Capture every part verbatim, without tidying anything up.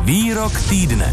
Výrok týdne.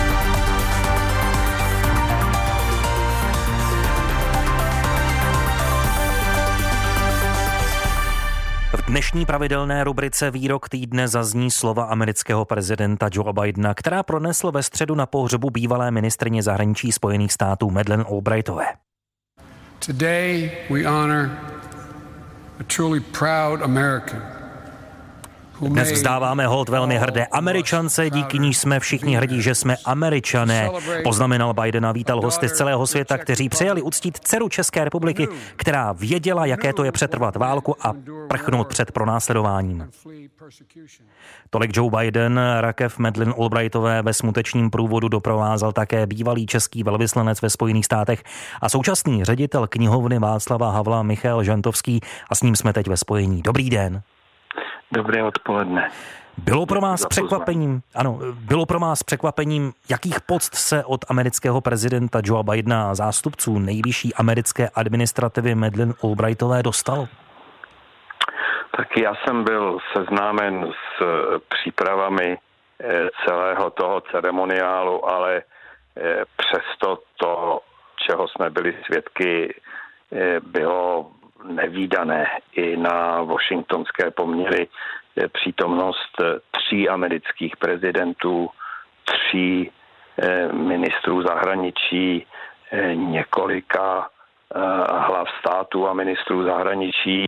V dnešní pravidelné rubrice Výrok týdne zazní slova amerického prezidenta Joe Bidena, která pronesl ve středu na pohřbu bývalé ministryně zahraničí Spojených států Madeleine Albrightové. Today we honor a truly proud American. Dnes vzdáváme hold velmi hrdé Američance, díky níž jsme všichni hrdí, že jsme Američané, poznamenal Biden a vítal hosty z celého světa, kteří přijali uctít dceru České republiky, která věděla, jaké to je přetrvat válku a prchnout před pronásledováním. Tolik Joe Biden, rakev Madeleine Albrightové ve smutečním průvodu doprovázel také bývalý český velvyslanec ve Spojených státech a současný ředitel knihovny Václava Havla Michal Žantovský a s ním jsme teď ve spojení. Dobrý den. Dobré odpoledne. Bylo pro vás překvapením, ano, bylo pro vás překvapením, jakých poct se od amerického prezidenta Joea Bidena a zástupců nejvyšší americké administrativy Madeleine Albrightové dostalo? Tak já jsem byl seznámen s přípravami celého toho ceremoniálu, ale přesto to, čeho jsme byli svědky, bylo nevídané. I na washingtonské poměry přítomnost tří amerických prezidentů, tří ministrů zahraničí, několika hlav států a ministrů zahraničí.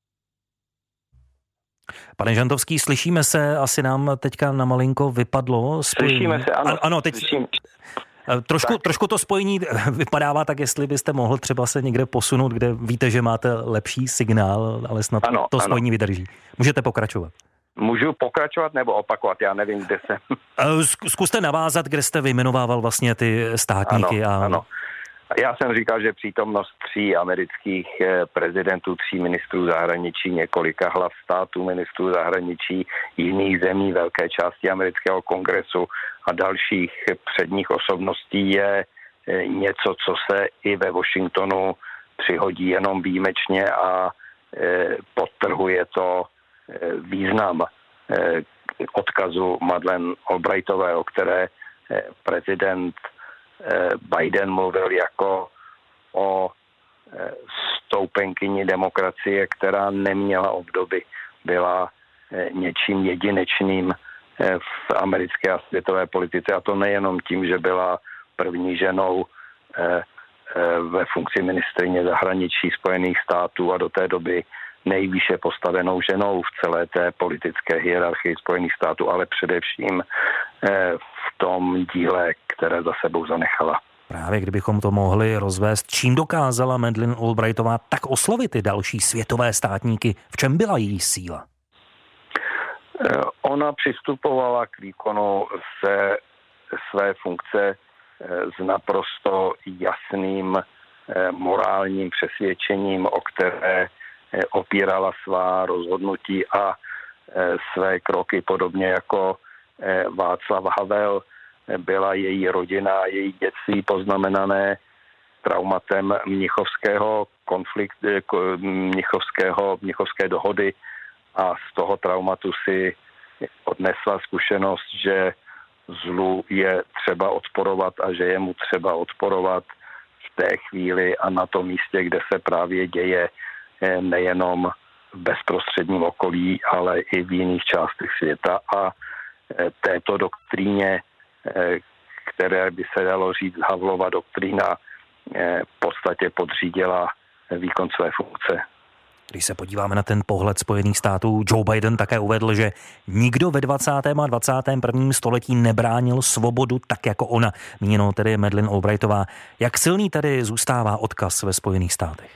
Pane Žantovský, slyšíme se, asi nám teďka na malinko vypadlo spojení. Slyšíme se, ano. Ano, teď... Slyším. Trošku, trošku to spojení vypadává, tak jestli byste mohl třeba se někde posunout, kde víte, že máte lepší signál, ale snad ano, to spojení ano. vydrží. Můžete pokračovat. Můžu pokračovat nebo opakovat? Já nevím, kde jsem. Zkuste navázat, kde jste vyjmenovával vlastně ty státníky. Ano, a... ano. Já jsem říkal, že přítomnost tří amerických prezidentů, tří ministrů zahraničí, několika hlav států, ministrů zahraničí jiných zemí, velké části amerického kongresu a dalších předních osobností je něco, co se i ve Washingtonu přihodí jenom výjimečně a podtrhuje to význam odkazu Madeleine Albrightové, o které prezident Biden mluvil jako o stoupenkyni demokracie, která neměla obdoby, byla něčím jedinečným v americké a světové politice, a to nejenom tím, že byla první ženou ve funkci ministryně zahraničí Spojených států a do té doby nejvýše postavenou ženou v celé té politické hierarchii Spojených států, ale především v tom díle, které za sebou zanechala. Právě kdybychom to mohli rozvést, čím dokázala Madeleine Albrightová tak oslovit ty další světové státníky? V čem byla její síla? Ona přistupovala k výkonu se své funkce s naprosto jasným morálním přesvědčením, o které opírala svá rozhodnutí a své kroky, podobně jako Václav Havel. Byla její rodina, její dětství poznamenané traumatem mnichovského konfliktu, mnichovského, mnichovské dohody, a z toho traumatu si odnesla zkušenost, že zlu je třeba odporovat a že je mu třeba odporovat v té chvíli a na tom místě, kde se právě děje, nejenom v bezprostředním okolí, ale i v jiných částech světa. A této doktríně, které by se dalo říct Havlova doktrína, v podstatě podřídila výkon své funkce. Když se podíváme na ten pohled Spojených států, Joe Biden také uvedl, že nikdo ve dvacátém a dvacátém prvním století nebránil svobodu tak jako ona, míněno tedy Madeleine Albrightová. Jak silný tedy zůstává odkaz ve Spojených státech?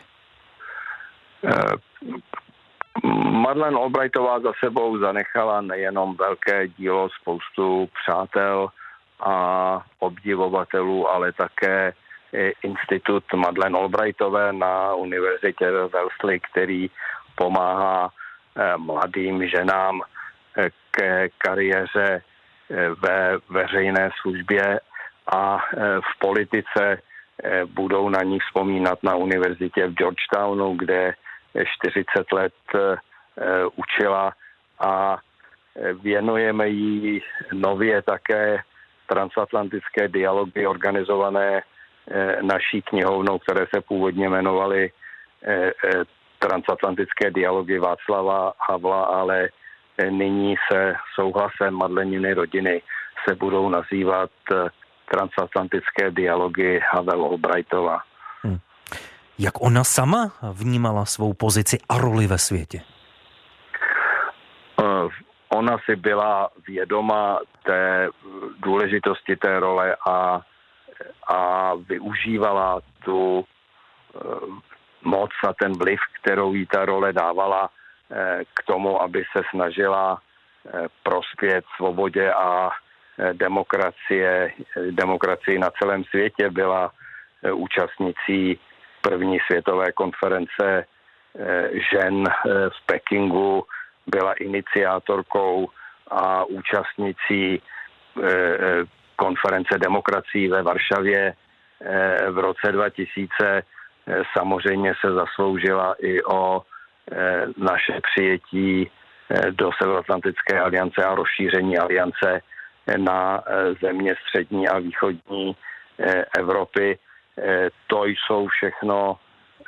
Madeleine Albrightová za sebou zanechala nejenom velké dílo, spoustu přátel a obdivovatelů, ale také institut Madeleine Albrightové na univerzitě ve Wellesley, který pomáhá mladým ženám ke kariéře ve veřejné službě a v politice. Budou na ní vzpomínat na univerzitě v Georgetownu, kde čtyřicet let učila, a Věnujeme jí nově také transatlantické dialogy organizované naší knihovnou, které se původně jmenovaly Transatlantické dialogy Václava Havla, ale nyní se souhlasem Madleniny rodiny se budou nazývat Transatlantické dialogy Havel Albrightova. Hmm. Jak ona sama vnímala svou pozici a roli ve světě? Ona si byla vědoma té důležitosti té role a, a využívala tu moc a ten vliv, kterou jí ta role dávala k tomu, aby se snažila prospět svobodě a demokracie, demokracii na celém světě. Byla účastnicí první světové konference žen v Pekingu, byla iniciátorkou a účastnicí konference demokracií ve Varšavě v roce dva tisíce. Samozřejmě se zasloužila i o naše přijetí do Severoatlantické aliance a rozšíření aliance na země střední a východní Evropy. To jsou všechno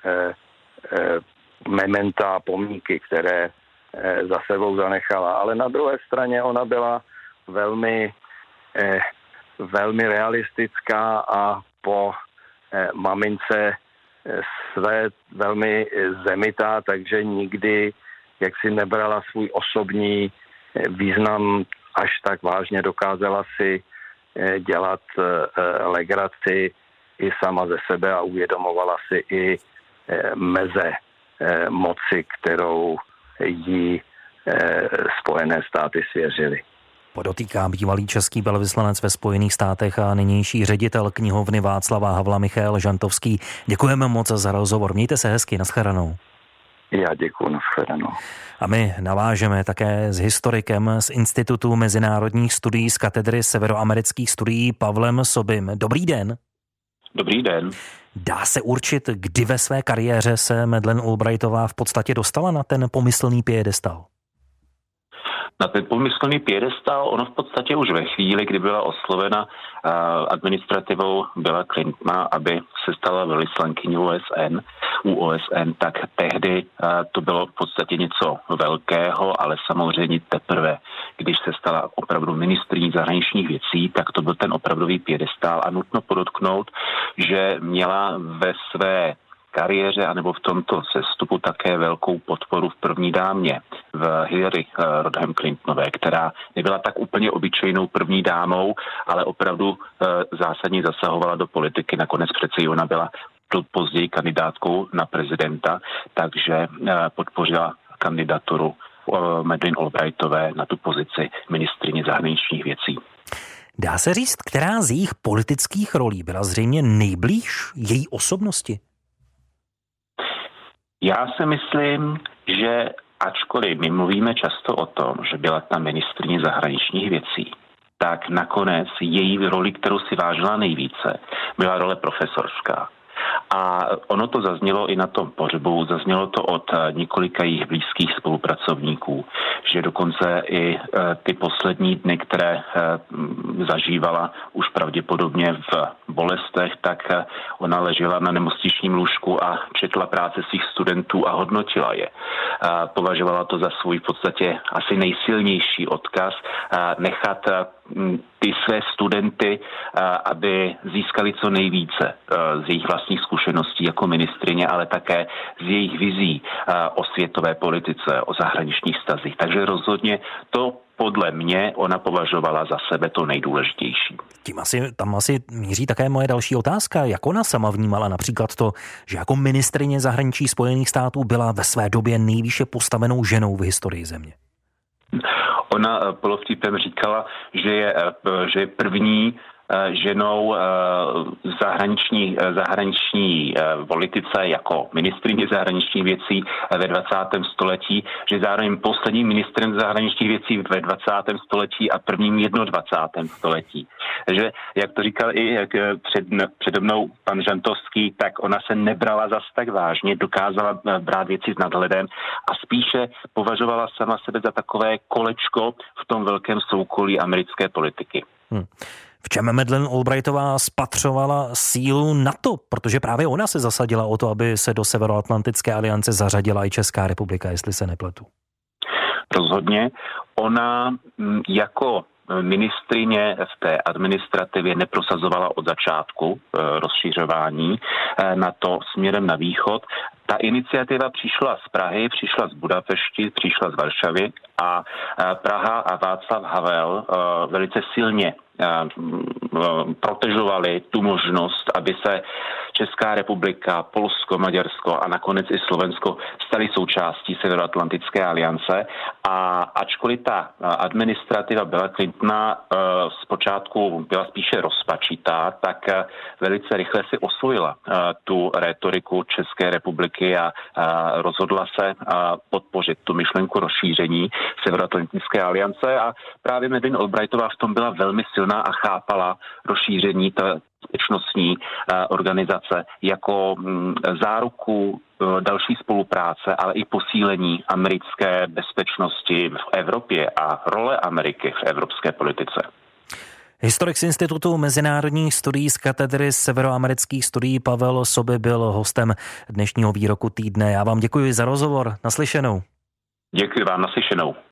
mementa a pomníky, které za sebou zanechala. Ale na druhé straně ona byla velmi, velmi realistická a po mamince své velmi zemitá, takže nikdy jaksi nebrala svůj osobní význam až tak vážně, dokázala si dělat legraci i sama ze sebe a uvědomovala si i meze moci, kterou jí Spojené státy svěřily. Podotýká bývalý český velvyslanec ve Spojených státech a nynější ředitel knihovny Václava Havla Michael Žantovský. Děkujeme moc za rozhovor. Mějte se hezky, nashledanou. Já děkuji, nashledanou. A my navážeme také s historikem z Institutu mezinárodních studií z katedry severoamerických studií Pavlem Sobym. Dobrý den. Dobrý den. Dá se určit, kdy ve své kariéře se Madeleine Albrightová v podstatě dostala na ten pomyslný piedestal? Na ten pomyslný piedestal, ono v podstatě už ve chvíli, kdy byla oslovena uh, administrativou Billa Clintona, aby se stala velvyslankyní O S N, u O S N, tak tehdy uh, to bylo v podstatě něco velkého, ale samozřejmě teprve, když se stala opravdu ministryní zahraničních věcí, tak to byl ten opravdový piedestal a nutno podotknout, že měla ve své kariéře anebo v tomto sestupu také velkou podporu v první dámě, v Hillary Rodham Clintonové, která nebyla tak úplně obyčejnou první dámou, ale opravdu zásadně zasahovala do politiky. Nakonec přece i ona byla později kandidátkou na prezidenta, takže podpořila kandidaturu Madeleine Albrightové na tu pozici ministryně zahraničních věcí. Dá se říct, která z jejich politických rolí byla zřejmě nejblíž její osobnosti? Já si myslím, že ačkoliv my mluvíme často o tom, že byla ta ministryně zahraničních věcí, tak nakonec její roli, kterou si vážila nejvíce, byla role profesorská. A ono to zaznělo i na tom pohřbu, zaznělo to od několika jejich blízkých spolupracovníků, že dokonce i ty poslední dny, které zažívala už pravděpodobně v bolestech, tak ona ležela na nemocničním lůžku a četla práce svých studentů a hodnotila je. Považovala to za svůj v podstatě asi nejsilnější odkaz nechat ty své studenty, aby získali co nejvíce z jejich vlastních zkušeností jako ministryně, ale také z jejich vizí o světové politice, o zahraničních vztazích. Takže rozhodně to podle mě ona považovala za sebe to nejdůležitější. Tím asi, tam asi míří také moje další otázka. Jak ona sama vnímala například to, že jako ministryně zahraničí Spojených států byla ve své době nejvýše postavenou ženou v historii země? Ona polovtipem říkala, že je, že je první ženou zahraniční, zahraniční politice jako ministryně zahraničních věcí ve dvacátém století, že zároveň posledním ministrem zahraničních věcí ve dvacátém století a prvním jednadvacátém století. Takže, jak to říkal i jak před, přede mnou pan Žantovský, tak ona se nebrala zas tak vážně, dokázala brát věci s nadhledem a spíše považovala sama sebe za takové kolečko v tom velkém soukolí americké politiky. Hmm. V čem Madeleine Albrightová spatřovala sílu NATO? Protože právě ona se zasadila o to, aby se do Severoatlantické aliance zařadila i Česká republika, jestli se nepletu. Rozhodně. Ona jako ministryně v té administrativě neprosazovala od začátku rozšiřování NATO směrem na východ. Ta iniciativa přišla z Prahy, přišla z Budapešti, přišla z Varšavy a Praha a Václav Havel velice silně protežovali tu možnost, aby se Česká republika, Polsko, Maďarsko a nakonec i Slovensko staly součástí Severoatlantické aliance. A ačkoliv ta administrativa Billa Clintona zpočátku byla spíše rozpačitá, tak velice rychle si osvojila tu rétoriku České republiky a rozhodla se podpořit tu myšlenku rozšíření Severoatlantické aliance a právě Madeleine Albrightová v tom byla velmi silná a chápala rozšíření té bezpečnostní organizace jako záruku další spolupráce, ale i posílení americké bezpečnosti v Evropě a role Ameriky v evropské politice. Historik z Institutu mezinárodních studií z katedry severoamerických studií Pavel Soby byl hostem dnešního výroku týdne. Já vám děkuji za rozhovor. Naslyšenou. Děkuji vám, naslyšenou.